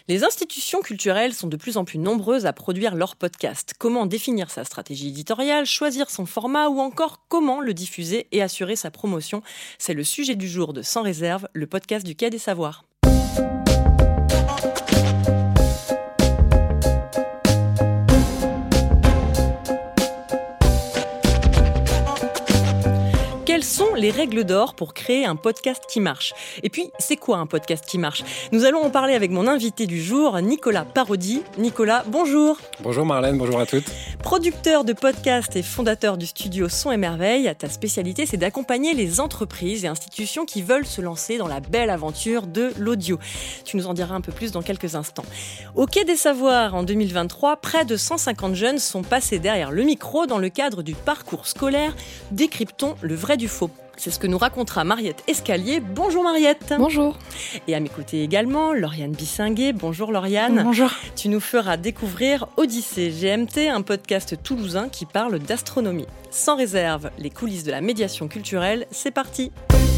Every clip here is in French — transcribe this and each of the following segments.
Les institutions culturelles sont de plus en plus nombreuses à produire leurs podcasts. Comment définir sa stratégie éditoriale, choisir son format ou encore comment le diffuser et assurer sa promotion? C'est le sujet du jour de Sans réserve, le podcast du Quai des Savoirs. Quelles sont les règles d'or pour créer un podcast qui marche? Et puis, c'est quoi un podcast qui marche? Nous allons en parler avec mon invité du jour, Nicolas Parodi. Nicolas, bonjour. Bonjour Marlène, bonjour à toutes. Producteur de podcasts et fondateur du studio Son et Merveille, ta spécialité, c'est d'accompagner les entreprises et institutions qui veulent se lancer dans la belle aventure de l'audio. Tu nous en diras un peu plus dans quelques instants. Au Quai des Savoirs, en 2023, près de 150 jeunes sont passés derrière le micro dans le cadre du parcours scolaire. Décryptons le vrai du faux. C'est ce que nous racontera Mariette Escalier. Bonjour Mariette. Bonjour. Et à mes côtés également, Lauriane Bissinguet. Bonjour Lauriane. Bonjour. Tu nous feras découvrir Odyssée GMT, un podcast toulousain qui parle d'astronomie. Sans réserve, les coulisses de la médiation culturelle, c'est parti.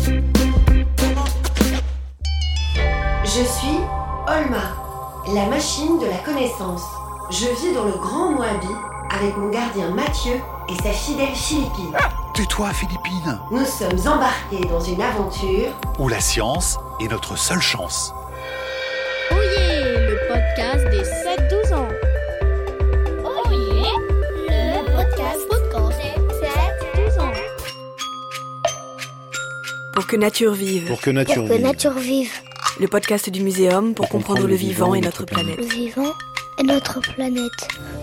Je suis Olma, la machine de la connaissance. Je vis dans le Grand Moabi avec mon gardien Mathieu et sa fidèle Philippine. Tais-toi, Philippine. Nous sommes embarqués dans une aventure Où la science est notre seule chance. Oh yeah, le podcast des 7-12 ans. Oh yeah, le podcast des 7-12 ans. Pour que nature vive. Pour que nature vive. nature vive. Le podcast du Muséum pour comprendre le vivant et notre planète. Le vivant et notre planète.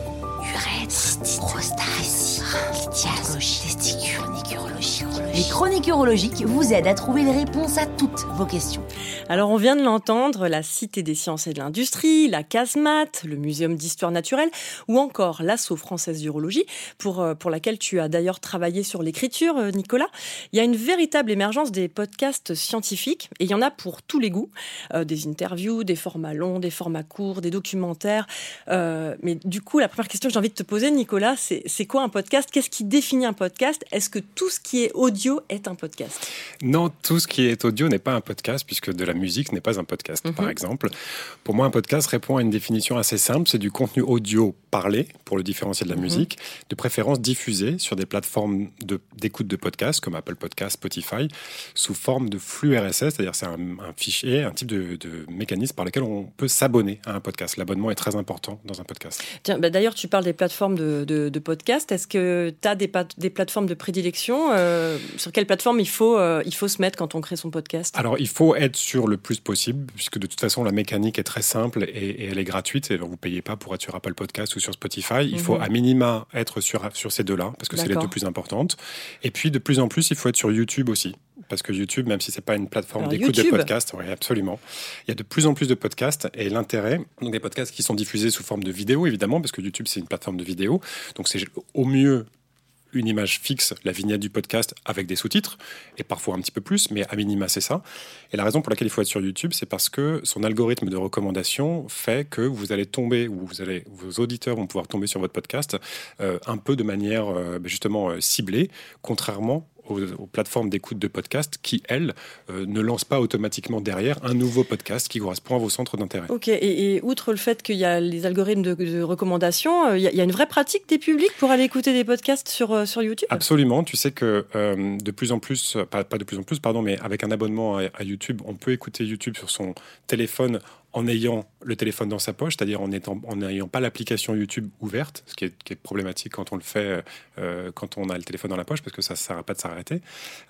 Les chroniques urologiques vous aident à trouver les réponses à toutes vos questions. Alors on vient de l'entendre, la Cité des sciences et de l'industrie, la Casemate, le Muséum d'histoire naturelle ou encore l'Asso française d'urologie, pour laquelle tu as d'ailleurs travaillé sur l'écriture, Nicolas. Il y a une véritable émergence des podcasts scientifiques et il y en a pour tous les goûts. Des interviews, des formats longs, des formats courts, des documentaires. Mais du coup, la première question que j'ai envie de te poser, Nicolas, c'est quoi un podcast? Qu'est-ce qui définit un podcast? Est-ce que tout ce qui est audio est un podcast? Non, tout ce qui est audio n'est pas un podcast, puisque de la musique n'est pas un podcast, par exemple. Pour moi, un podcast répond à une définition assez simple, c'est du contenu audio parlé, pour le différencier de la musique, de préférence diffusé sur des plateformes d'écoute de podcasts, comme Apple Podcasts, Spotify, sous forme de flux RSS, c'est-à-dire c'est un fichier, un type de mécanisme par lequel on peut s'abonner à un podcast. L'abonnement est très important dans un podcast. Tiens, d'ailleurs, tu parles des plateformes de podcasts. Est-ce que tu as des plateformes de prédilection? Sur quelle plateforme il faut se mettre quand on crée son podcast? Alors, il faut être sur le plus possible, puisque de toute façon, la mécanique est très simple et elle est gratuite. Et vous ne payez pas pour être sur Apple Podcasts ou sur Spotify. Il faut à minima être sur ces deux-là, parce que c'est les deux plus importantes. Et puis, de plus en plus, il faut être sur YouTube aussi. Parce que YouTube, même si ce n'est pas une plateforme d'écoute de podcasts, oui, absolument, il y a de plus en plus de podcasts. Et l'intérêt, donc des podcasts qui sont diffusés sous forme de vidéo, évidemment, parce que YouTube, c'est une plateforme de vidéo. Donc, c'est au mieux une image fixe, la vignette du podcast avec des sous-titres, et parfois un petit peu plus, mais à minima c'est ça. Et la raison pour laquelle il faut être sur YouTube, c'est parce que son algorithme de recommandation fait que vous allez tomber, ou vos auditeurs vont pouvoir tomber sur votre podcast un peu de manière justement ciblée, contrairement aux plateformes d'écoute de podcasts qui, elles, ne lancent pas automatiquement derrière un nouveau podcast qui correspond à vos centres d'intérêt. Ok, et outre le fait qu'il y a les algorithmes de recommandation, il y a une vraie pratique des publics pour aller écouter des podcasts sur YouTube? Absolument, tu sais que de plus en plus, pas de plus en plus, pardon, mais avec un abonnement à YouTube, on peut écouter YouTube sur son téléphone en ayant le téléphone dans sa poche, c'est-à-dire en n'ayant pas l'application YouTube ouverte, ce qui est problématique quand on le fait quand on a le téléphone dans la poche, parce que ça ne sert à pas de s'arrêter.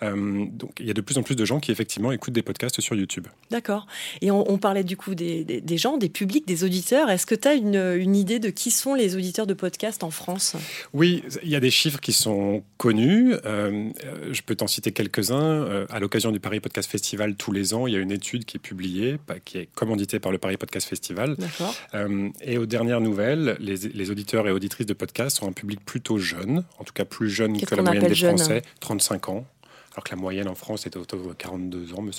Donc il y a de plus en plus de gens qui effectivement écoutent des podcasts sur YouTube. D'accord. Et on parlait du coup des gens, des publics, des auditeurs. Est-ce que tu as une idée de qui sont les auditeurs de podcasts en France? Oui, il y a des chiffres qui sont connus. Je peux t'en citer quelques-uns. À l'occasion du Paris Podcast Festival, tous les ans, il y a une étude qui est publiée, qui est commanditée par le Paris Podcast Festival. D'accord. Et aux dernières nouvelles, les auditeurs et auditrices de podcasts sont un public plutôt jeune, en tout cas plus jeune que la moyenne des Français, 35 ans. Alors que la moyenne en France est autour de 42 ans, me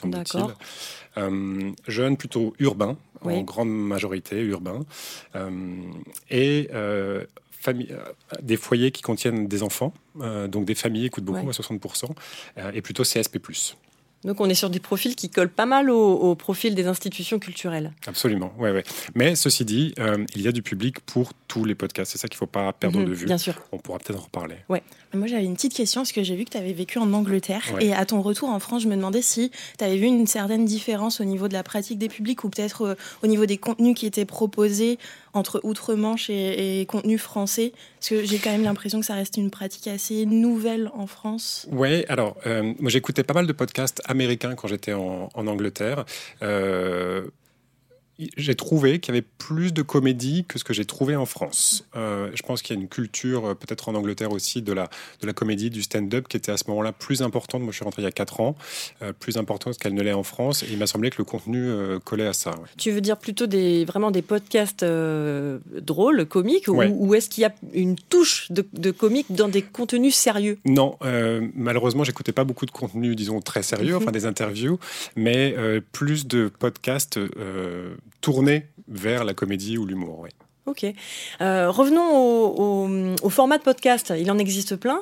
semble-t-il. Jeunes, plutôt urbains, en grande majorité urbains. Des foyers qui contiennent des enfants, donc des familles écoutent beaucoup à 60%, et plutôt CSP+. Donc on est sur des profils qui collent pas mal au profil des institutions culturelles. Absolument, ouais. Mais ceci dit, il y a du public pour tous les podcasts. C'est ça qu'il ne faut pas perdre de vue. Bien sûr. On pourra peut-être en reparler. Ouais. Moi, j'avais une petite question, parce que j'ai vu que tu avais vécu en Angleterre. Ouais. Et à ton retour en France, je me demandais si tu avais vu une certaine différence au niveau de la pratique des publics ou peut-être au niveau des contenus qui étaient proposés entre Outre-Manche et contenus français. Parce que j'ai quand même l'impression que ça reste une pratique assez nouvelle en France. Oui, alors, moi j'écoutais pas mal de podcasts américains quand j'étais en Angleterre. J'ai trouvé qu'il y avait plus de comédie que ce que j'ai trouvé en France. Je pense qu'il y a une culture, peut-être en Angleterre aussi, de la comédie, du stand-up, qui était à ce moment-là plus importante. Moi, je suis rentré il y a 4 ans, plus importante qu'elle ne l'est en France. Et il m'a semblé que le contenu collait à ça. Ouais. Tu veux dire plutôt vraiment des podcasts drôles, comiques, ou est-ce qu'il y a une touche de comique dans des contenus sérieux ? Non, malheureusement, j'écoutais pas beaucoup de contenus, disons, très sérieux, enfin des interviews, mais plus de podcasts tourné vers la comédie ou l'humour, oui. Ok. Revenons au format de podcast. Il en existe plein.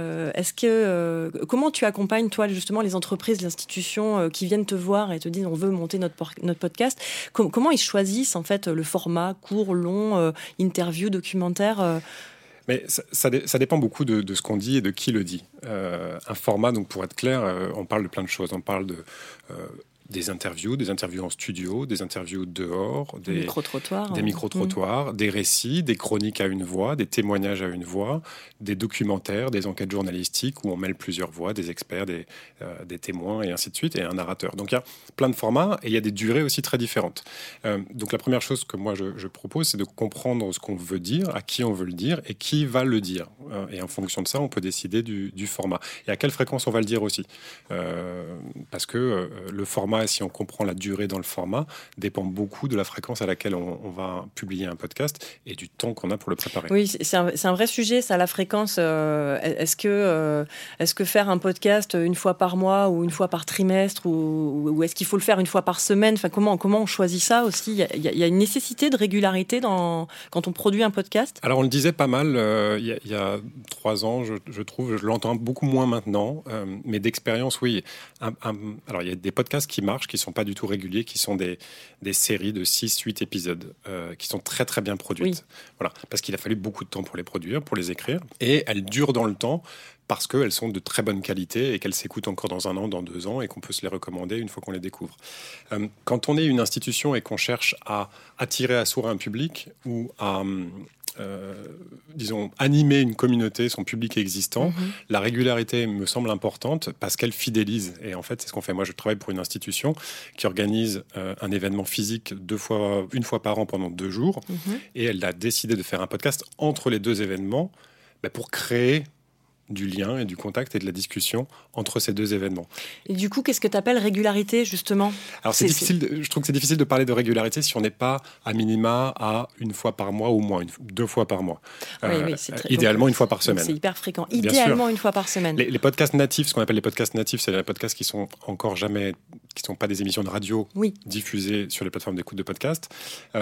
Comment tu accompagnes, toi, justement, les entreprises, les institutions qui viennent te voir et te disent on veut monter notre podcast. Comment ils choisissent, en fait, le format court, long, interview, documentaire Mais ça dépend beaucoup de ce qu'on dit et de qui le dit. Un format, donc pour être clair, on parle de plein de choses. On parle des interviews en studio, des interviews dehors, des micro-trottoirs, des récits, des chroniques à une voix, des témoignages à une voix, des documentaires, des enquêtes journalistiques où on mêle plusieurs voix, des experts, des témoins et ainsi de suite, et un narrateur. Donc il y a plein de formats et il y a des durées aussi très différentes. Donc la première chose que moi je propose, c'est de comprendre ce qu'on veut dire, à qui on veut le dire et qui va le dire. Et en fonction de ça, on peut décider du format. Et à quelle fréquence on va le dire aussi. Parce que le format, si on comprend la durée dans le format, dépend beaucoup de la fréquence à laquelle on va publier un podcast et du temps qu'on a pour le préparer. Oui, c'est un vrai sujet, ça, la fréquence. Est-ce que faire un podcast une fois par mois ou une fois par trimestre ou est-ce qu'il faut le faire une fois par semaine ? Enfin, comment on choisit ça aussi ? Il y a une nécessité de régularité quand on produit un podcast ? Alors, on le disait pas mal il y a 3 ans, je trouve. Je l'entends beaucoup moins maintenant, mais d'expérience, oui. Alors, il y a des podcasts qui marchent, qui ne sont pas du tout réguliers, qui sont des séries de 6-8 épisodes, qui sont très très bien produites. Oui. Voilà, parce qu'il a fallu beaucoup de temps pour les produire, pour les écrire, et elles durent dans le temps parce qu'elles sont de très bonne qualité et qu'elles s'écoutent encore dans 1 an, dans 2 ans, et qu'on peut se les recommander une fois qu'on les découvre. Quand on est une institution et qu'on cherche à attirer à soi un public ou à... animer une communauté, son public existant, la régularité me semble importante parce qu'elle fidélise. Et en fait, c'est ce qu'on fait. Moi, je travaille pour une institution qui organise un événement physique une fois par an pendant 2 jours. Et elle a décidé de faire un podcast entre les 2 événements pour créer du lien et du contact et de la discussion entre ces 2 événements. Et du coup, qu'est-ce que tu appelles régularité, justement ? Alors, je trouve que c'est difficile de parler de régularité si on n'est pas à minima à 1 fois par mois ou moins, 2 fois par mois. Oui, c'est très... Idéalement, 1 fois par semaine. C'est hyper fréquent. Idéalement, 1 fois par semaine. Les podcasts natifs, ce qu'on appelle les podcasts natifs, c'est les podcasts qui sont encore jamais, qui ne sont pas des émissions de radio diffusées sur les plateformes d'écoute de podcasts.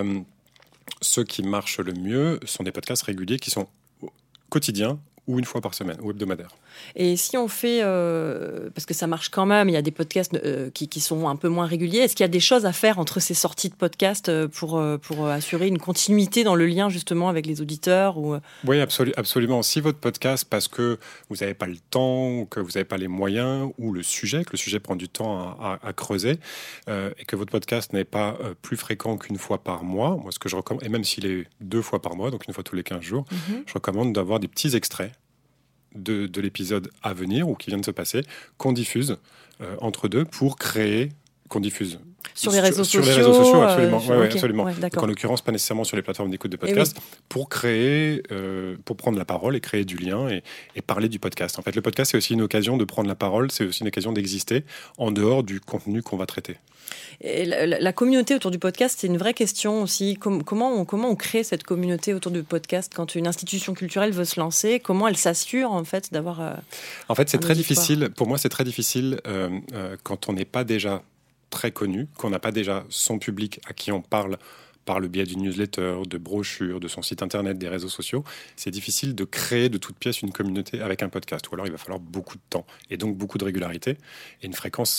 Ceux qui marchent le mieux sont des podcasts réguliers qui sont quotidiens ou 1 fois par semaine, ou hebdomadaire. Et si on fait, parce que ça marche quand même, il y a des podcasts qui sont un peu moins réguliers, est-ce qu'il y a des choses à faire entre ces sorties de podcasts pour assurer une continuité dans le lien justement avec les auditeurs ou... Oui, absolument. Si votre podcast, parce que vous n'avez pas le temps, ou que vous n'avez pas les moyens, ou que le sujet prend du temps à creuser, et que votre podcast n'est pas plus fréquent qu'1 fois par mois, moi ce que je recommande, et même s'il est 2 fois par mois, donc 1 fois tous les 15 jours, je recommande d'avoir des petits extraits de l'épisode à venir ou qui vient de se passer, qu'on diffuse entre 2 pour créer, qu'on diffuse sur les réseaux sociaux. Sur les réseaux sociaux, absolument. Absolument. Ouais, donc, en l'occurrence, pas nécessairement sur les plateformes d'écoute de podcast, pour créer, pour prendre la parole et créer du lien et parler du podcast. En fait, le podcast, c'est aussi une occasion de prendre la parole, c'est aussi une occasion d'exister en dehors du contenu qu'on va traiter. Et la communauté autour du podcast, c'est une vraie question aussi. Comment on crée cette communauté autour du podcast quand une institution culturelle veut se lancer ? Comment elle s'assure en fait d'avoir En fait, c'est très difficile. Pour moi, c'est très difficile quand on n'est pas déjà très connu, qu'on n'a pas déjà son public à qui on parle par le biais d'une newsletter, de brochures, de son site internet, des réseaux sociaux. C'est difficile de créer de toutes pièces une communauté avec un podcast. Ou alors, il va falloir beaucoup de temps et donc beaucoup de régularité et une fréquence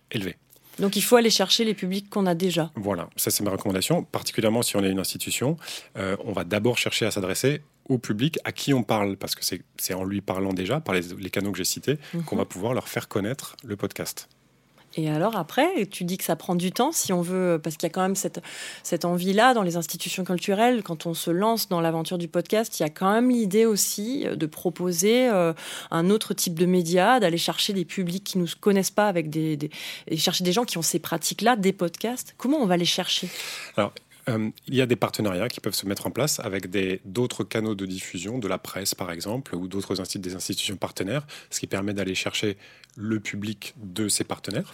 élevé. Donc il faut aller chercher les publics qu'on a déjà. Voilà, ça c'est ma recommandation. Particulièrement si on est une institution, on va d'abord chercher à s'adresser au public à qui on parle, parce que c'est en lui parlant déjà, par les canaux que j'ai cités, qu'on va pouvoir leur faire connaître le podcast. Et alors après, tu dis que ça prend du temps si on veut, parce qu'il y a quand même cette envie-là dans les institutions culturelles. Quand on se lance dans l'aventure du podcast, il y a quand même l'idée aussi de proposer un autre type de média, d'aller chercher des publics qui ne nous connaissent pas, avec chercher des gens qui ont ces pratiques-là, des podcasts. Comment on va les chercher ? Alors, il y a des partenariats qui peuvent se mettre en place avec d'autres canaux de diffusion, de la presse par exemple, ou des institutions partenaires, ce qui permet d'aller chercher le public de ces partenaires.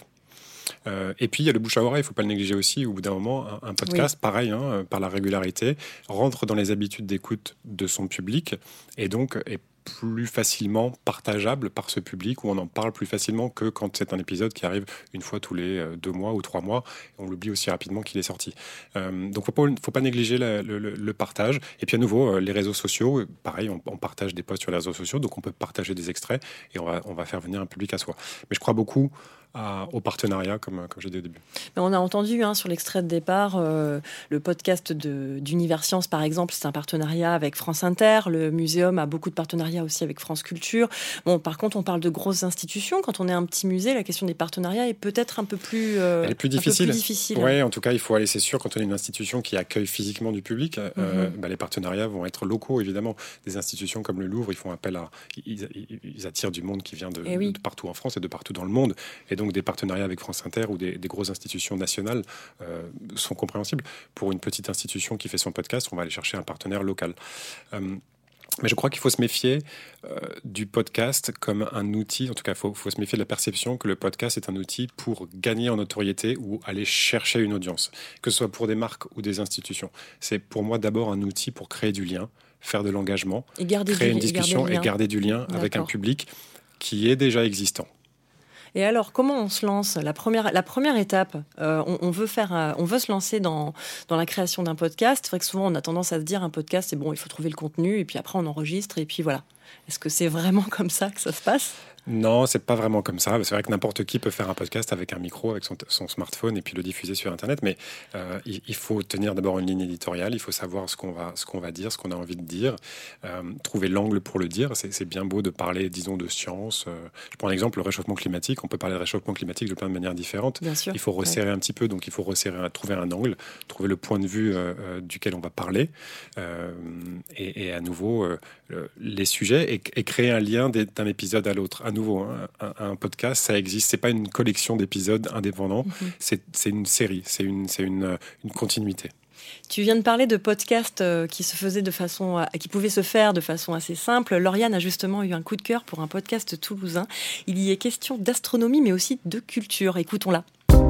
Et puis il y a le bouche à oreille, il ne faut pas le négliger aussi. Au bout d'un moment, un podcast, pareil, par la régularité, rentre dans les habitudes d'écoute de son public et donc est plus facilement partageable par ce public, où on en parle plus facilement que quand c'est un épisode qui arrive une fois tous les 2 mois ou 3 mois. On l'oublie aussi rapidement qu'il est sorti. Donc faut pas négliger le partage. Et puis à nouveau, les réseaux sociaux, pareil, on partage des posts sur les réseaux sociaux, donc on peut partager des extraits et on va faire venir un public à soi. Mais je crois beaucoup au partenariat, comme j'ai dit au début. Mais on a entendu sur l'extrait de départ, le podcast d'Univers Science, par exemple, c'est un partenariat avec France Inter. Le Muséum a beaucoup de partenariats aussi avec France Culture. Bon, par contre, on parle de grosses institutions. Quand on est un petit musée, la question des partenariats est peut-être un peu plus elle est plus difficile. Oui, en tout cas, il faut aller, c'est sûr, quand on est une institution qui accueille physiquement du public, les partenariats vont être locaux, évidemment. Des institutions comme le Louvre, ils font appel ils attirent du monde qui vient de partout en France et de partout dans le monde. Et donc, des partenariats avec France Inter ou des grosses institutions nationales sont compréhensibles. Pour une petite institution qui fait son podcast, on va aller chercher un partenaire local. Mais je crois qu'il faut se méfier du podcast comme un outil. En tout cas, il faut se méfier de la perception que le podcast est un outil pour gagner en notoriété ou aller chercher une audience, que ce soit pour des marques ou des institutions. C'est pour moi d'abord un outil pour créer du lien, faire de l'engagement, créer une discussion et garder du lien avec un public qui est déjà existant. Et alors, comment on se lance ? La première étape, on veut se lancer dans la création d'un podcast. C'est vrai que souvent, on a tendance à se dire, un podcast, c'est bon, il faut trouver le contenu, et puis après, on enregistre, et puis voilà. Est-ce que c'est vraiment comme ça que ça se passe ? Non, c'est pas vraiment comme ça. C'est vrai que n'importe qui peut faire un podcast avec un micro, avec son smartphone et puis le diffuser sur Internet. Mais il faut tenir d'abord une ligne éditoriale. Il faut savoir ce qu'on va dire, ce qu'on a envie de dire. Trouver l'angle pour le dire. C'est bien beau de parler, disons, de science. Je prends l'exemple, le réchauffement climatique. On peut parler de réchauffement climatique de plein de manières différentes. Bien sûr. Il faut resserrer un petit peu. Donc, il faut trouver un angle, trouver le point de vue duquel on va parler. Et à nouveau, les sujets et créer un lien d'un épisode à l'autre. À nouveau, un podcast, ça existe. C'est pas une collection d'épisodes indépendants. C'est une série. C'est une continuité. Tu viens de parler de podcasts qui pouvaient se faire de façon assez simple. Lauriane a justement eu un coup de cœur pour un podcast toulousain. Il y est question d'astronomie, mais aussi de culture. Écoutons-la.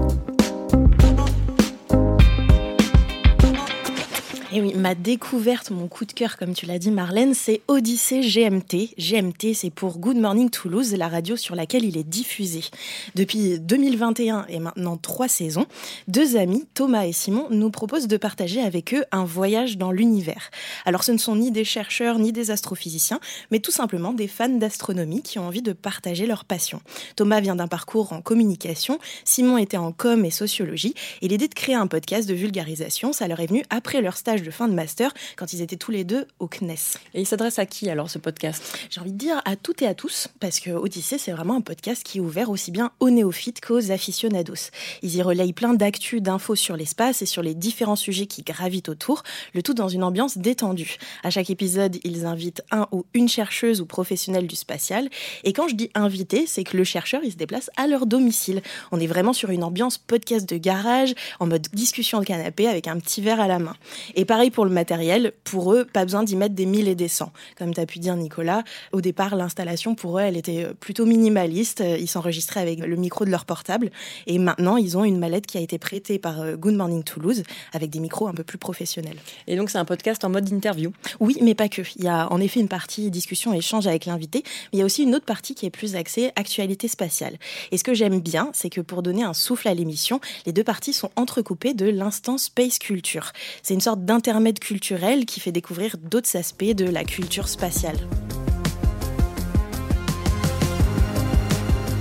Et oui, ma découverte, mon coup de cœur, comme tu l'as dit Marlène, c'est Odyssée GMT. GMT, c'est pour Good Morning Toulouse, la radio sur laquelle il est diffusé. Depuis 2021 et maintenant 3 saisons, 2 amis, Thomas et Simon, nous proposent de partager avec eux un voyage dans l'univers. Alors ce ne sont ni des chercheurs ni des astrophysiciens, mais tout simplement des fans d'astronomie qui ont envie de partager leur passion. Thomas vient d'un parcours en communication, Simon était en com et sociologie, et l'idée de créer un podcast de vulgarisation, ça leur est venu après leur stage de fin de master, quand ils étaient tous les deux au CNES. Et il s'adresse à qui alors, ce podcast ? J'ai envie de dire à toutes et à tous, parce que Odyssée, c'est vraiment un podcast qui est ouvert aussi bien aux néophytes qu'aux aficionados. Ils y relayent plein d'actus, d'infos sur l'espace et sur les différents sujets qui gravitent autour, le tout dans une ambiance détendue. À chaque épisode, ils invitent un ou une chercheuse ou professionnel du spatial. Et quand je dis invité, c'est que le chercheur, il se déplace à leur domicile. On est vraiment sur une ambiance podcast de garage, en mode discussion de canapé avec un petit verre à la main. Et pareil pour le matériel, pour eux, pas besoin d'y mettre des 1000 et des 100. Comme tu as pu dire, Nicolas, au départ, l'installation pour eux, elle était plutôt minimaliste. Ils s'enregistraient avec le micro de leur portable. Et maintenant, ils ont une mallette qui a été prêtée par Good Morning Toulouse, avec des micros un peu plus professionnels. Et donc, c'est un podcast en mode interview ? Oui, mais pas que. Il y a en effet une partie discussion et échange avec l'invité, mais il y a aussi une autre partie qui est plus axée actualité spatiale. Et ce que j'aime bien, c'est que pour donner un souffle à l'émission, les 2 parties sont entrecoupées de l'instant Space Culture. C'est une sorte d'intermède culturel qui fait découvrir d'autres aspects de la culture spatiale.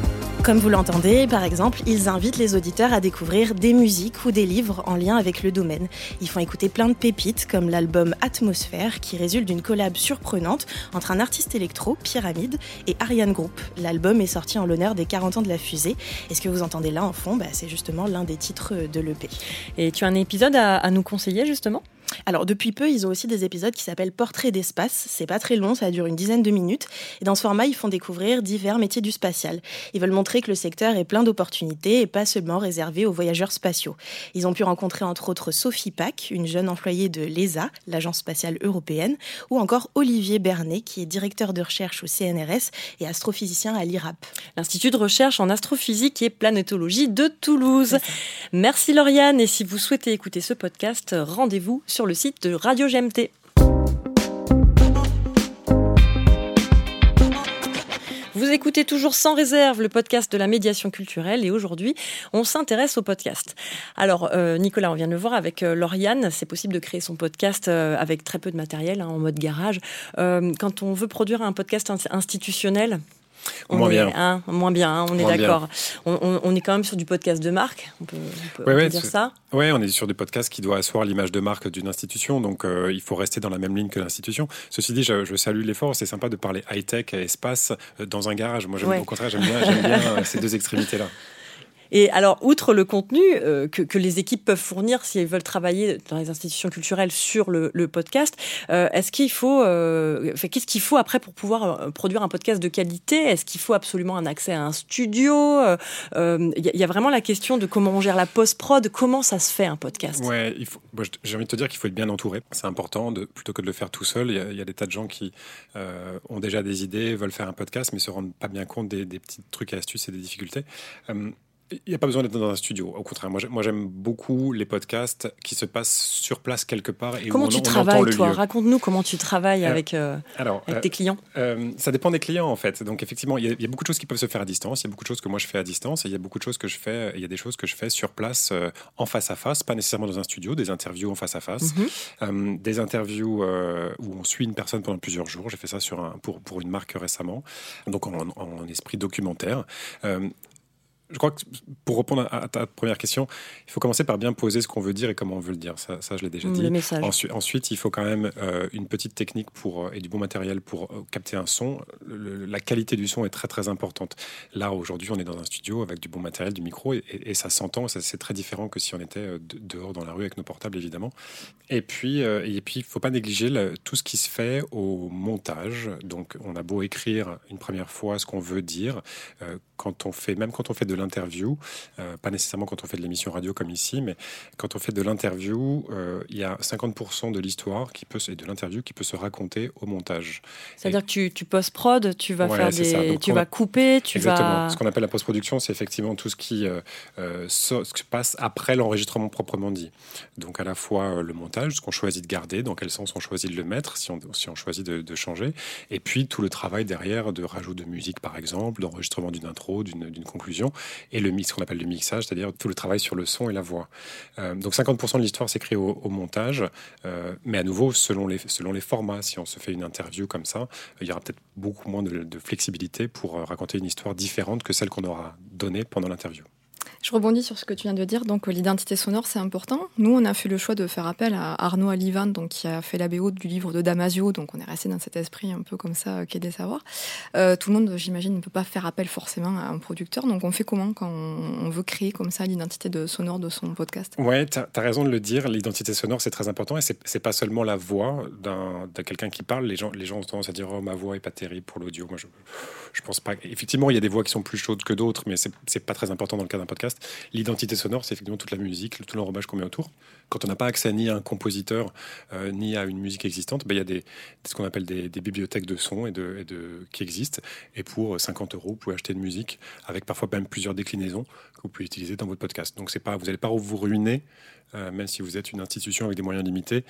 Comme vous l'entendez, par exemple, ils invitent les auditeurs à découvrir des musiques ou des livres en lien avec le domaine. Ils font écouter plein de pépites, comme l'album Atmosphère, qui résulte d'une collab surprenante entre un artiste électro, Pyramide, et Ariane Group. L'album est sorti en l'honneur des 40 ans de la fusée. Et ce que vous entendez là en fond, c'est justement l'un des titres de l'EP. Et tu as un épisode à nous conseiller, justement ? Alors depuis peu, ils ont aussi des épisodes qui s'appellent Portrait d'espace. C'est pas très long, ça dure une dizaine de minutes. Et dans ce format, ils font découvrir divers métiers du spatial. Ils veulent montrer que le secteur est plein d'opportunités et pas seulement réservé aux voyageurs spatiaux. Ils ont pu rencontrer entre autres Sophie Pack, une jeune employée de l'ESA, l'Agence spatiale européenne, ou encore Olivier Bernet, qui est directeur de recherche au CNRS et astrophysicien à l'IRAP. L'Institut de recherche en astrophysique et planétologie de Toulouse. Merci Lauriane, et si vous souhaitez écouter ce podcast, rendez-vous sur le site de Radio GMT. Vous écoutez toujours Sans réserve, le podcast de la médiation culturelle, et aujourd'hui, on s'intéresse au podcast. Alors, Nicolas, on vient de le voir avec Lauriane, c'est possible de créer son podcast avec très peu de matériel, en mode garage. Quand on veut produire un podcast institutionnel, moins bien, on est d'accord. On est quand même sur du podcast de marque, on peut dire ça. Oui, on est sur des podcasts qui doivent asseoir l'image de marque d'une institution, donc il faut rester dans la même ligne que l'institution. Ceci dit, je salue l'effort, c'est sympa de parler high-tech et espace dans un garage. Moi, au contraire, j'aime bien ces deux extrémités-là. Et alors, outre le contenu que les équipes peuvent fournir si elles veulent travailler dans les institutions culturelles sur le podcast, qu'est-ce qu'il faut après pour pouvoir produire un podcast de qualité ? Est-ce qu'il faut absolument un accès à un studio ? Y a vraiment la question de comment on gère la post-prod, comment ça se fait un podcast ? Ouais, j'ai envie de te dire qu'il faut être bien entouré. C'est important, plutôt que de le faire tout seul. Il y a des tas de gens qui ont déjà des idées, veulent faire un podcast, mais se rendent pas bien compte des petits trucs et astuces et des difficultés. Il n'y a pas besoin d'être dans un studio. Au contraire, moi j'aime beaucoup les podcasts qui se passent sur place quelque part. Et comment tu travailles, toi ? Raconte-nous comment tu travailles avec tes clients. Ça dépend des clients, en fait. Donc effectivement, il y a beaucoup de choses qui peuvent se faire à distance. Il y a beaucoup de choses que moi je fais à distance. Et il y a beaucoup de choses que je fais. Il y a des choses que je fais sur place, en face à face, pas nécessairement dans un studio. Des interviews en face à face, des interviews où on suit une personne pendant plusieurs jours. J'ai fait ça pour une marque récemment. Donc en esprit documentaire. Je crois que pour répondre à ta première question, il faut commencer par bien poser ce qu'on veut dire et comment on veut le dire. Ça je l'ai déjà dit. Le message. Ensuite, il faut quand même une petite technique et du bon matériel pour capter un son. La qualité du son est très très importante. Là, aujourd'hui, on est dans un studio avec du bon matériel, du micro, et ça s'entend. C'est très différent que si on était dehors dans la rue avec nos portables, évidemment. Et puis, il ne faut pas négliger tout ce qui se fait au montage. Donc, on a beau écrire une première fois ce qu'on veut dire, quand on fait de l'interview, pas nécessairement quand on fait de l'émission radio comme ici, mais quand on fait de l'interview, il y a 50% de l'histoire et de l'interview qui peut se raconter au montage. C'est-à-dire que tu post-prod, tu vas vas couper, exactement. Ce qu'on appelle la post-production, c'est effectivement tout ce qui se passe après l'enregistrement proprement dit. Donc à la fois le montage, ce qu'on choisit de garder, dans quel sens on choisit de le mettre, si on choisit de changer, et puis tout le travail derrière de rajout de musique par exemple, d'enregistrement d'une intro, d'une conclusion, et le mix, ce qu'on appelle le mixage, c'est-à-dire tout le travail sur le son et la voix. Donc 50% de l'histoire s'écrit au montage, mais à nouveau, selon les formats, si on se fait une interview comme ça, il y aura peut-être beaucoup moins de flexibilité pour raconter une histoire différente que celle qu'on aura donnée pendant l'interview. Je rebondis sur ce que tu viens de dire. Donc, l'identité sonore, c'est important. Nous, on a fait le choix de faire appel à Arnaud Alivan, donc, qui a fait la BO du livre de Damasio. Donc, on est resté dans cet esprit un peu comme ça, Quai des Savoirs. Tout le monde, j'imagine, ne peut pas faire appel forcément à un producteur. Donc, on fait comment quand on veut créer comme ça l'identité sonore de son podcast ? Ouais, t'as raison de le dire. L'identité sonore, c'est très important. Et c'est pas seulement la voix de quelqu'un qui parle. Les gens ont tendance à dire « Oh, ma voix est pas terrible pour l'audio ». Moi, je pense pas. Effectivement, il y a des voix qui sont plus chaudes que d'autres, mais c'est pas très important dans le cas d'un podcast. L'identité sonore, c'est effectivement toute la musique, tout l'enrobage qu'on met autour. Quand on n'a pas accès ni à un compositeur, ni à une musique existante, il y a ce qu'on appelle des bibliothèques de sons qui existent. Et pour 50 €, vous pouvez acheter une musique avec parfois même plusieurs déclinaisons que vous pouvez utiliser dans votre podcast. Donc vous n'allez pas vous ruiner, même si vous êtes une institution avec des moyens limités,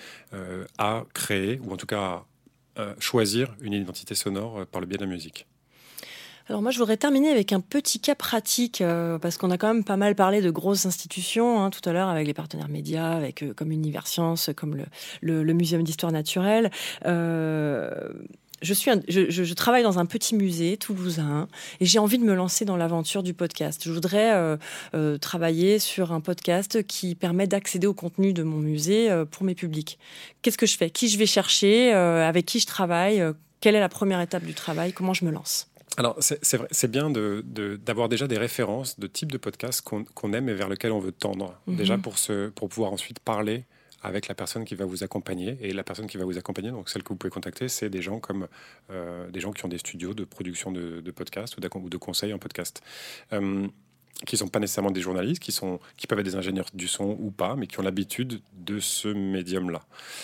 à créer, ou en tout cas à choisir une identité sonore par le biais de la musique. Alors moi, je voudrais terminer avec un petit cas pratique, parce qu'on a quand même pas mal parlé de grosses institutions tout à l'heure, avec les partenaires médias, comme Universcience, comme le Muséum d'histoire naturelle. je travaille dans un petit musée toulousain et j'ai envie de me lancer dans l'aventure du podcast. Je voudrais travailler sur un podcast qui permet d'accéder au contenu de mon musée pour mes publics. Qu'est-ce que je fais ? Qui je vais chercher ? Avec qui je travaille ? Quelle est la première étape du travail ? Comment je me lance ? Alors, c'est bien d'avoir déjà des références de type de podcast qu'on aime et vers lequel on veut tendre. Déjà pour pouvoir ensuite parler avec la personne qui va vous accompagner. Et la personne qui va vous accompagner, donc celle que vous pouvez contacter, c'est des gens comme des gens qui ont des studios de production de podcasts ou de conseils en podcast. Qui ne sont pas nécessairement des journalistes, qui peuvent être des ingénieurs du son ou pas, mais qui ont l'habitude de ce médium-là.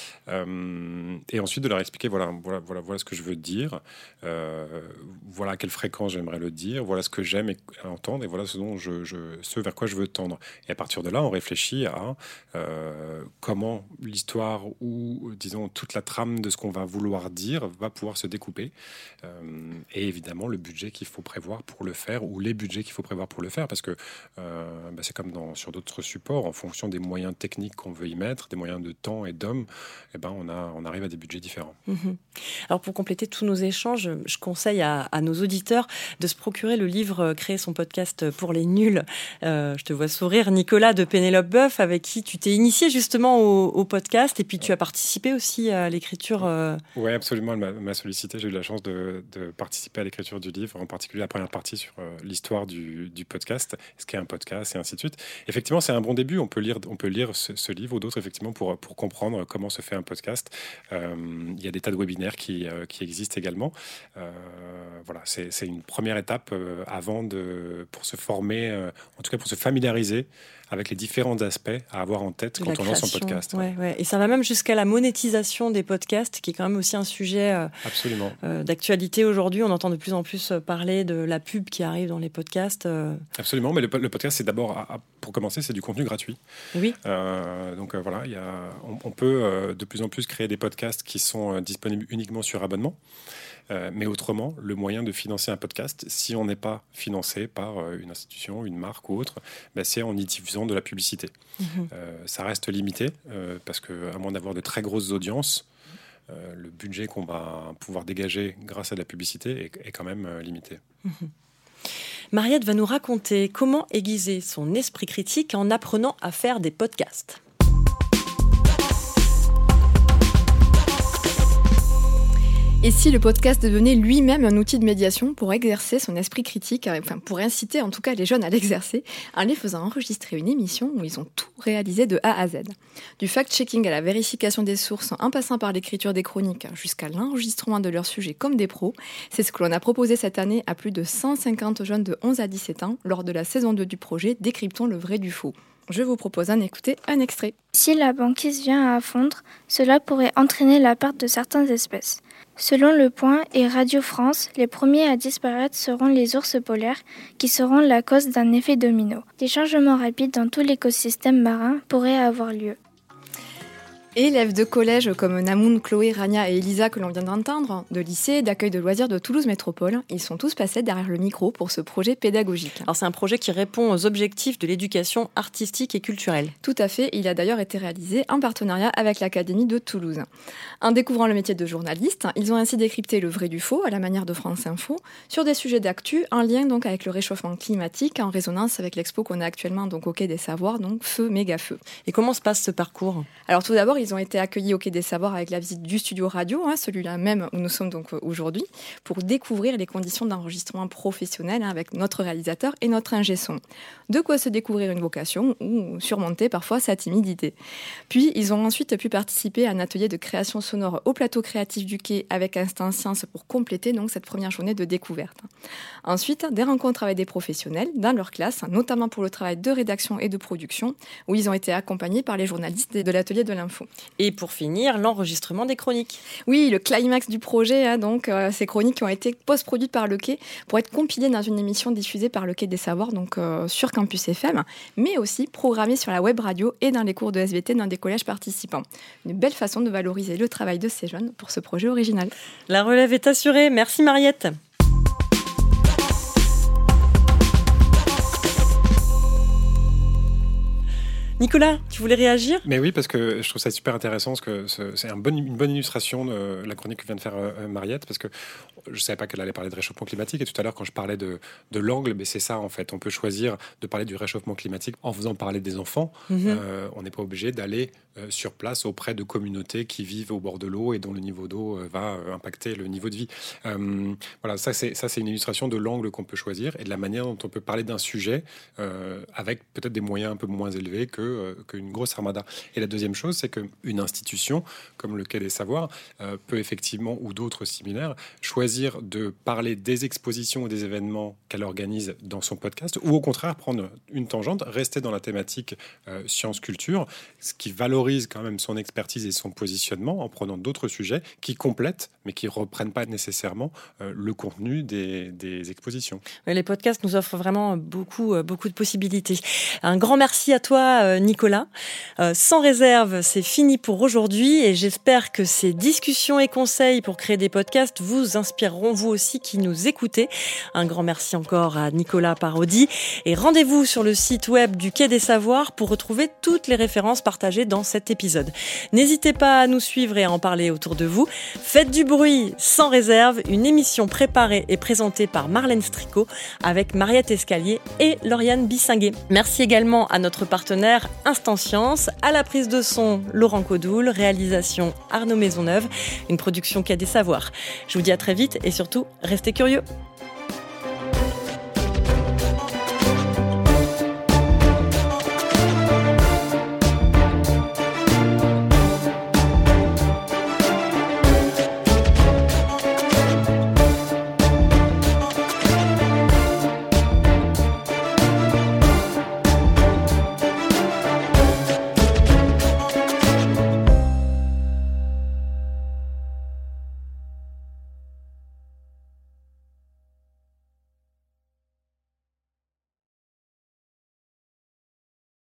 Et ensuite de leur expliquer, voilà ce que je veux dire, voilà à quelle fréquence j'aimerais le dire, voilà ce que j'aime entendre, et voilà ce vers quoi je veux tendre. Et à partir de là, on réfléchit à comment l'histoire ou, disons, toute la trame de ce qu'on va vouloir dire va pouvoir se découper. Et évidemment, le budget qu'il faut prévoir pour le faire, ou les budgets qu'il faut prévoir pour le faire, parce que c'est comme sur d'autres supports, en fonction des moyens techniques qu'on veut y mettre, des moyens de temps et d'hommes, on arrive à des budgets différents. Alors pour compléter tous nos échanges, je conseille à nos auditeurs de se procurer le livre Créer son podcast pour les nuls. Je te vois sourire, Nicolas, de Pénélope Boeuf, avec qui tu t'es initié justement au podcast, et puis tu as participé aussi à l'écriture. Oui, absolument, elle m'a sollicité. J'ai eu la chance de participer à l'écriture du livre, en particulier la première partie sur l'histoire du podcast, ce qu'est un podcast et ainsi de suite. Effectivement, c'est un bon début. On peut lire ce livre ou d'autres, effectivement, pour comprendre comment se fait un podcast. Il y a des tas de webinaires qui existent également. C'est une première étape pour se former, en tout cas pour se familiariser avec les différents aspects à avoir en tête quand on lance un podcast. Ouais. Et ça va même jusqu'à la monétisation des podcasts, qui est quand même aussi un sujet d'actualité aujourd'hui. On entend de plus en plus parler de la pub qui arrive dans les podcasts. Absolument, mais le podcast, c'est d'abord, pour commencer, c'est du contenu gratuit. Oui. On peut de plus en plus créer des podcasts qui sont disponibles uniquement sur abonnement. Mais autrement, le moyen de financer un podcast, si on n'est pas financé par une institution, une marque ou autre, c'est en y diffusant de la publicité. Ça reste limité, parce qu'à moins d'avoir de très grosses audiences, le budget qu'on va pouvoir dégager grâce à de la publicité est quand même limité. Mariette va nous raconter comment aiguiser son esprit critique en apprenant à faire des podcasts. Et si le podcast devenait lui-même un outil de médiation pour exercer son esprit critique, pour inciter en tout cas les jeunes à l'exercer, en les faisant enregistrer une émission où ils ont tout réalisé de A à Z. Du fact-checking à la vérification des sources, en passant par l'écriture des chroniques jusqu'à l'enregistrement de leurs sujets comme des pros, c'est ce que l'on a proposé cette année à plus de 150 jeunes de 11 à 17 ans lors de la saison 2 du projet Décryptons le vrai du faux. Je vous propose d'en écouter un extrait. Si la banquise vient à fondre, cela pourrait entraîner la perte de certaines espèces. Selon Le Point et Radio France, les premiers à disparaître seront les ours polaires, qui seront la cause d'un effet domino. Des changements rapides dans tout l'écosystème marin pourraient avoir lieu. Élèves de collège comme Namoun, Chloé, Rania et Elisa que l'on vient d'entendre, de lycée, d'accueil de loisirs de Toulouse Métropole, ils sont tous passés derrière le micro pour ce projet pédagogique. Alors c'est un projet qui répond aux objectifs de l'éducation artistique et culturelle. Tout à fait, il a d'ailleurs été réalisé en partenariat avec l'Académie de Toulouse. En découvrant le métier de journaliste, ils ont ainsi décrypté le vrai du faux à la manière de France Info sur des sujets d'actu en lien donc avec le réchauffement climatique, en résonance avec l'expo qu'on a actuellement donc au Quai des Savoirs, donc Feu Méga Feu. Et comment se passe ce parcours ? Alors tout d'abord, ils ont été accueillis au Quai des Savoirs avec la visite du studio radio, celui-là même où nous sommes donc aujourd'hui, pour découvrir les conditions d'enregistrement professionnel avec notre réalisateur et notre ingé son. De quoi se découvrir une vocation ou surmonter parfois sa timidité. Puis ils ont ensuite pu participer à un atelier de création sonore au plateau créatif du Quai avec Instinct Science pour compléter donc cette première journée de découverte. Ensuite, des rencontres avec des professionnels dans leur classe, notamment pour le travail de rédaction et de production, où ils ont été accompagnés par les journalistes de l'atelier de l'info. Et pour finir, l'enregistrement des chroniques. Oui, le climax du projet, ces chroniques qui ont été post-produites par le Quai pour être compilées dans une émission diffusée par le Quai des Savoirs, donc sur Campus FM, mais aussi programmées sur la web radio et dans les cours de SVT dans des collèges participants. Une belle façon de valoriser le travail de ces jeunes pour ce projet original. La relève est assurée. Merci Mariette. Nicolas, tu voulais réagir ? Mais oui, parce que je trouve ça super intéressant, parce que c'est une bonne illustration de la chronique que vient de faire Mariette, parce que je ne savais pas qu'elle allait parler de réchauffement climatique, et tout à l'heure, quand je parlais de l'angle, mais c'est ça en fait. On peut choisir de parler du réchauffement climatique en faisant parler des enfants. On n'est pas obligé d'aller sur place auprès de communautés qui vivent au bord de l'eau et dont le niveau d'eau va impacter le niveau de vie. Voilà, ça c'est une illustration de l'angle qu'on peut choisir et de la manière dont on peut parler d'un sujet avec peut-être des moyens un peu moins élevés qu'une grosse armada. Et la deuxième chose, c'est qu'une institution comme le Quai des Savoirs peut effectivement, ou d'autres similaires, choisir de parler des expositions ou des événements qu'elle organise dans son podcast, ou au contraire prendre une tangente, rester dans la thématique science-culture, ce qui valorise quand même son expertise et son positionnement en prenant d'autres sujets qui complètent, mais qui ne reprennent pas nécessairement le contenu des expositions. Les podcasts nous offrent vraiment beaucoup de possibilités. Un grand merci à toi, Nicolas. Sans réserve, c'est fini pour aujourd'hui et j'espère que ces discussions et conseils pour créer des podcasts vous inspireront, vous aussi qui nous écoutez. Un grand merci encore à Nicolas Parodi et rendez-vous sur le site web du Quai des Savoirs pour retrouver toutes les références partagées dans cet épisode. N'hésitez pas à nous suivre et à en parler autour de vous. Faites du bruit sans réserve, une émission préparée et présentée par Marlène Stricot avec Mariette Escalier et Lauriane Bissinguet. Merci également à notre partenaire Instant Science, à la prise de son Laurent Codoul, réalisation Arnaud Maisonneuve, une production Quai des Savoirs. Je vous dis à très vite et surtout, restez curieux.